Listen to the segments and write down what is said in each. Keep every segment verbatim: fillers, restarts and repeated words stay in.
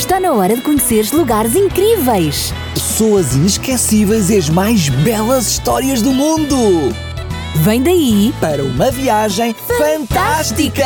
Está na hora de conheceres lugares incríveis, pessoas inesquecíveis e as mais belas histórias do mundo. Vem daí Para uma viagem fantástica!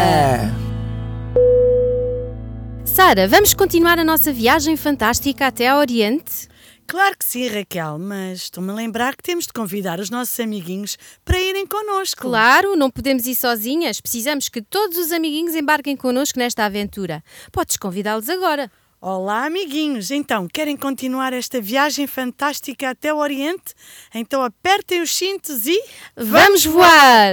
Sara, vamos continuar a nossa viagem fantástica até ao Oriente? Claro que sim, Raquel, mas estou-me a lembrar que temos de convidar os nossos amiguinhos para irem connosco. Claro, não podemos ir sozinhas. Precisamos que todos os amiguinhos embarquem connosco nesta aventura. Podes convidá-los agora. Olá, amiguinhos. Então, querem continuar esta viagem fantástica até o Oriente? Então apertem os cintos e... Vamos voar!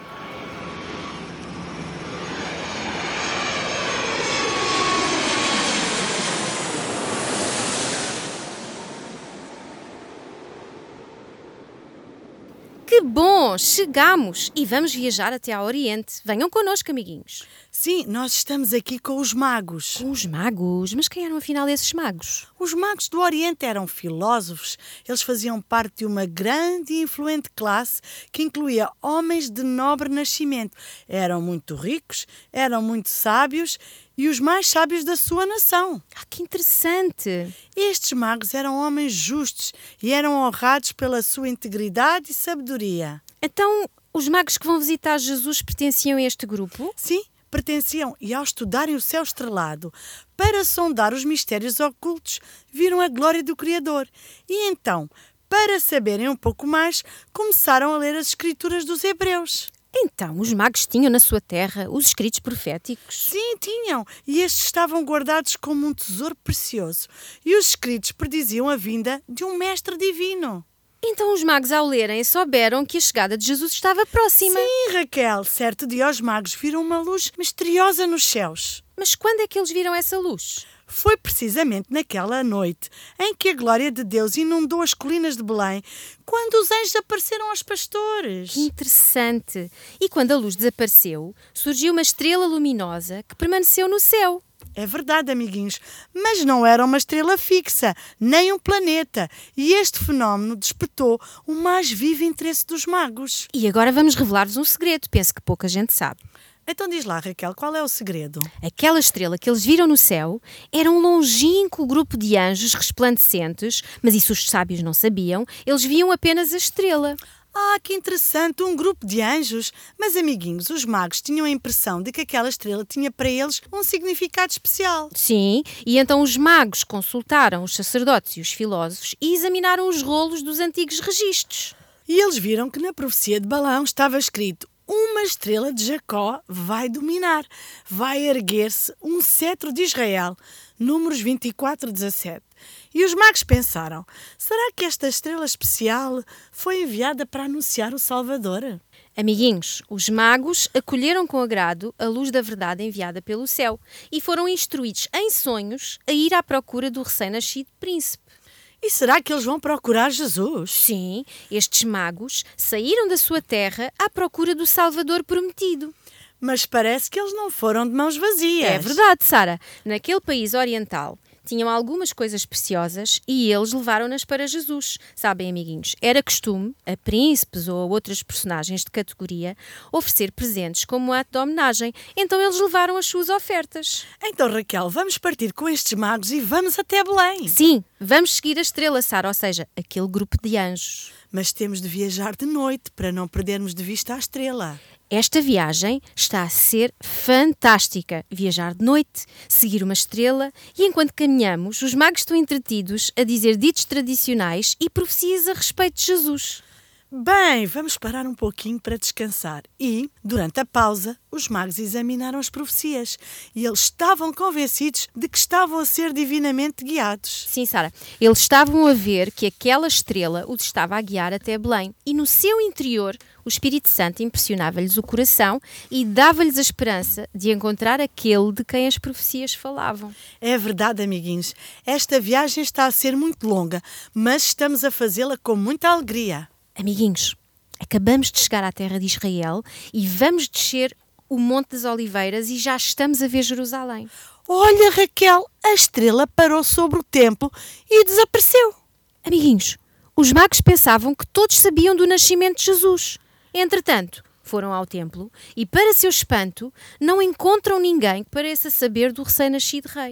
Que bom! Chegamos e vamos viajar até ao Oriente. Venham connosco, amiguinhos. Sim, nós estamos aqui com os magos. Com os magos? Mas quem eram afinal esses magos? Os magos do Oriente eram filósofos. Eles faziam parte de uma grande e influente classe que incluía homens de nobre nascimento. Eram muito ricos, eram muito sábios e os mais sábios da sua nação. Ah, que interessante! Estes magos eram homens justos e eram honrados pela sua integridade e sabedoria. Então, os magos que vão visitar Jesus pertenciam a este grupo? Sim, pertenciam e ao estudarem o céu estrelado, para sondar os mistérios ocultos, viram a glória do Criador. E então, para saberem um pouco mais, começaram a ler as escrituras dos hebreus. Então, os magos tinham na sua terra os escritos proféticos? Sim, tinham, e estes estavam guardados como um tesouro precioso. E os escritos prediziam a vinda de um mestre divino. Então os magos, ao lerem, souberam que a chegada de Jesus estava próxima. Sim, Raquel, certo dia os magos viram uma luz misteriosa nos céus. Mas quando é que eles viram essa luz? Foi precisamente naquela noite em que a glória de Deus inundou as colinas de Belém, quando os anjos apareceram aos pastores. Que interessante! E quando a luz desapareceu, surgiu uma estrela luminosa que permaneceu no céu. É verdade, amiguinhos, mas não era uma estrela fixa, nem um planeta, e este fenómeno despertou o mais vivo interesse dos magos. E agora vamos revelar-vos um segredo, penso que pouca gente sabe. Então diz lá, Raquel, qual é o segredo? Aquela estrela que eles viram no céu era um longínquo grupo de anjos resplandecentes, mas isso os sábios não sabiam, eles viam apenas a estrela. Ah, que interessante, um grupo de anjos. Mas, amiguinhos, os magos tinham a impressão de que aquela estrela tinha para eles um significado especial. Sim, e então os magos consultaram os sacerdotes e os filósofos e examinaram os rolos dos antigos registros. E eles viram que na profecia de Balaão estava escrito: uma estrela de Jacó vai dominar, vai erguer-se um cetro de Israel. Números vinte e quatro, dezassete. E os magos pensaram: será que esta estrela especial foi enviada para anunciar o Salvador? Amiguinhos, os magos acolheram com agrado a luz da verdade enviada pelo céu e foram instruídos em sonhos a ir à procura do recém-nascido príncipe. E será que eles vão procurar Jesus? Sim, estes magos saíram da sua terra à procura do Salvador prometido. Mas parece que eles não foram de mãos vazias. É verdade, Sara. Naquele país oriental tinham algumas coisas preciosas e eles levaram-nas para Jesus. Sabem, amiguinhos, era costume a príncipes ou a outras personagens de categoria oferecer presentes como ato de homenagem. Então eles levaram as suas ofertas. Então, Raquel, vamos partir com estes magos e vamos até Belém. Sim, vamos seguir a estrela, Sara, ou seja, aquele grupo de anjos. Mas temos de viajar de noite para não perdermos de vista a estrela. Esta viagem está a ser fantástica. Viajar de noite, seguir uma estrela e enquanto caminhamos, os magos estão entretidos a dizer ditos tradicionais e profecias a respeito de Jesus. Bem, vamos parar um pouquinho para descansar. E, durante a pausa, os magos examinaram as profecias e eles estavam convencidos de que estavam a ser divinamente guiados. Sim, Sara, eles estavam a ver que aquela estrela os estava a guiar até Belém e no seu interior o Espírito Santo impressionava-lhes o coração e dava-lhes a esperança de encontrar aquele de quem as profecias falavam. É verdade, amiguinhos. Esta viagem está a ser muito longa, mas estamos a fazê-la com muita alegria. Amiguinhos, acabamos de chegar à terra de Israel e vamos descer o Monte das Oliveiras e já estamos a ver Jerusalém. Olha, Raquel, a estrela parou sobre o templo e desapareceu. Amiguinhos, os magos pensavam que todos sabiam do nascimento de Jesus. Entretanto, foram ao templo e, para seu espanto, não encontram ninguém que pareça saber do recém-nascido rei.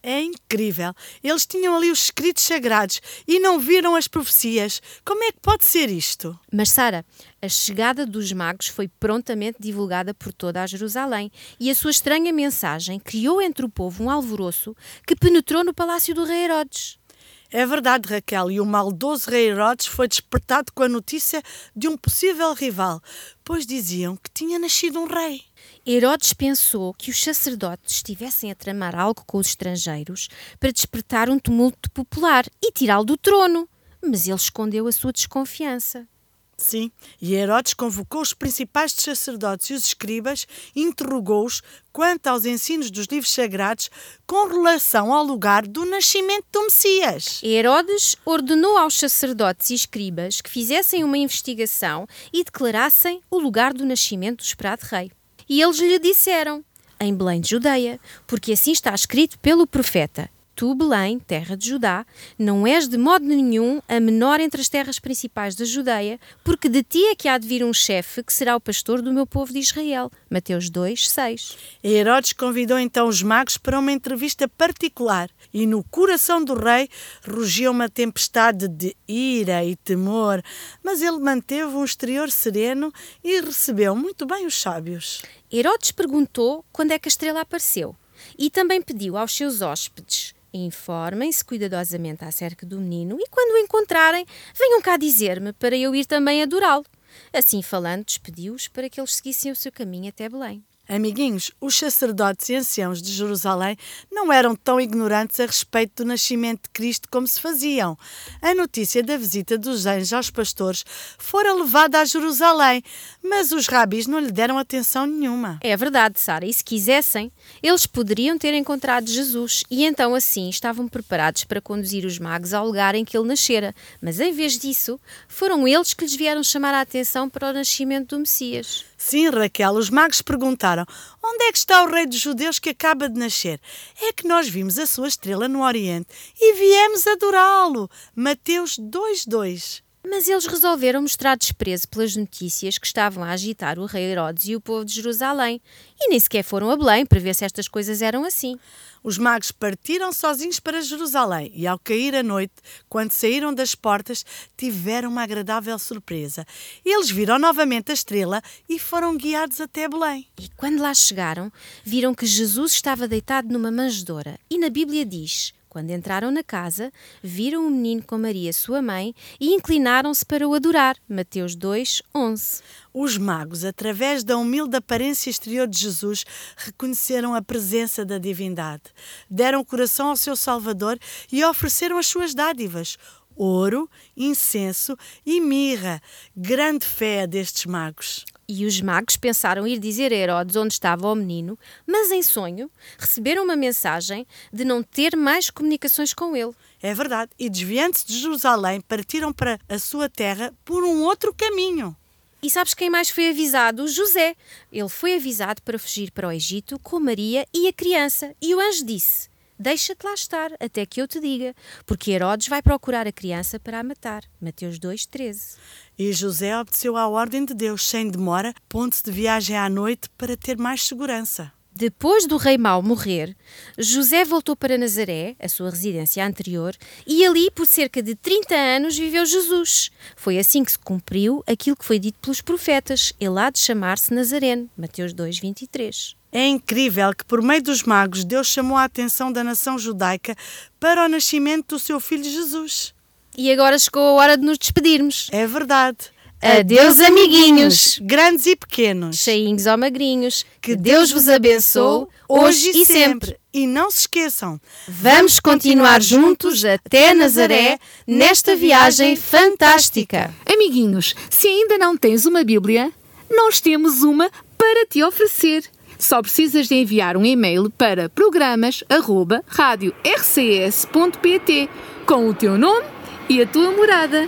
É incrível. Eles tinham ali os escritos sagrados e não viram as profecias. Como é que pode ser isto? Mas, Sara, a chegada dos magos foi prontamente divulgada por toda a Jerusalém e a sua estranha mensagem criou entre o povo um alvoroço que penetrou no palácio do rei Herodes. É verdade, Raquel, e o maldoso rei Herodes foi despertado com a notícia de um possível rival, pois diziam que tinha nascido um rei. Herodes pensou que os sacerdotes estivessem a tramar algo com os estrangeiros para despertar um tumulto popular e tirá-lo do trono, mas ele escondeu a sua desconfiança. Sim, e Herodes convocou os principais dos sacerdotes e os escribas e interrogou-os quanto aos ensinos dos livros sagrados com relação ao lugar do nascimento do Messias. Herodes ordenou aos sacerdotes e escribas que fizessem uma investigação e declarassem o lugar do nascimento do esperado rei. E eles lhe disseram, em Belém de Judeia, porque assim está escrito pelo profeta: Tu, Belém, terra de Judá, não és de modo nenhum a menor entre as terras principais da Judeia, porque de ti é que há de vir um chefe que será o pastor do meu povo de Israel. Mateus dois, seis. Herodes convidou então os magos para uma entrevista particular e no coração do rei rugiu uma tempestade de ira e temor, mas ele manteve um exterior sereno e recebeu muito bem os sábios. Herodes perguntou quando é que a estrela apareceu e também pediu aos seus hóspedes: informem-se cuidadosamente acerca do menino e quando o encontrarem, venham cá dizer-me para eu ir também adorá-lo. Assim falando, despediu-os para que eles seguissem o seu caminho até Belém. Amiguinhos, os sacerdotes e anciãos de Jerusalém não eram tão ignorantes a respeito do nascimento de Cristo como se faziam. A notícia da visita dos anjos aos pastores fora levada a Jerusalém, mas os rabis não lhe deram atenção nenhuma. É verdade, Sara, e se quisessem, eles poderiam ter encontrado Jesus e então assim estavam preparados para conduzir os magos ao lugar em que ele nascera. Mas em vez disso, foram eles que lhes vieram chamar a atenção para o nascimento do Messias. Sim, Raquel, os magos perguntaram: onde é que está o rei dos judeus que acaba de nascer? É que nós vimos a sua estrela no Oriente e viemos adorá-lo. Mateus dois, dois. Mas eles resolveram mostrar desprezo pelas notícias que estavam a agitar o rei Herodes e o povo de Jerusalém e nem sequer foram a Belém para ver se estas coisas eram assim. Os magos partiram sozinhos para Jerusalém e, ao cair a noite, quando saíram das portas, tiveram uma agradável surpresa. Eles viram novamente a estrela e foram guiados até Belém. E quando lá chegaram, viram que Jesus estava deitado numa manjedoura. E na Bíblia diz: quando entraram na casa, viram o menino com Maria, sua mãe, e inclinaram-se para o adorar. Mateus dois, onze. Os magos, através da humilde aparência exterior de Jesus, reconheceram a presença da divindade. Deram coração ao seu Salvador e ofereceram as suas dádivas: ouro, incenso e mirra. Grande fé destes magos. E os magos pensaram ir dizer a Herodes onde estava o menino, mas em sonho receberam uma mensagem de não ter mais comunicações com ele. É verdade, e desviando-se de Jerusalém, partiram para a sua terra por um outro caminho. E sabes quem mais foi avisado? José. Ele foi avisado para fugir para o Egito com Maria e a criança. E o anjo disse: deixa-te lá estar, até que eu te diga, porque Herodes vai procurar a criança para a matar. Mateus dois, treze. E José obedeceu à ordem de Deus, sem demora, pondo-se de viagem à noite para ter mais segurança. Depois do rei mau morrer, José voltou para Nazaré, a sua residência anterior, e ali por cerca de trinta anos viveu Jesus. Foi assim que se cumpriu aquilo que foi dito pelos profetas: ele há de chamar-se Nazareno. Mateus dois, vinte e três. É incrível que por meio dos magos Deus chamou a atenção da nação judaica para o nascimento do seu filho Jesus. E agora chegou a hora de nos despedirmos. É verdade. Adeus, amiguinhos, grandes e pequenos, cheinhos ou magrinhos, que Deus vos abençoe hoje e sempre. E não se esqueçam, vamos continuar juntos até Nazaré nesta viagem fantástica. Amiguinhos, se ainda não tens uma Bíblia, nós temos uma para te oferecer. Só precisas de enviar um e-mail para programas arroba rádio r c s ponto p t com o teu nome e a tua morada.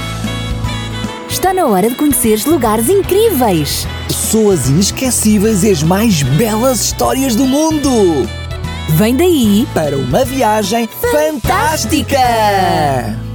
Está na hora de conheceres lugares incríveis, pessoas inesquecíveis e as mais belas histórias do mundo. Vem daí Para uma viagem fantástica!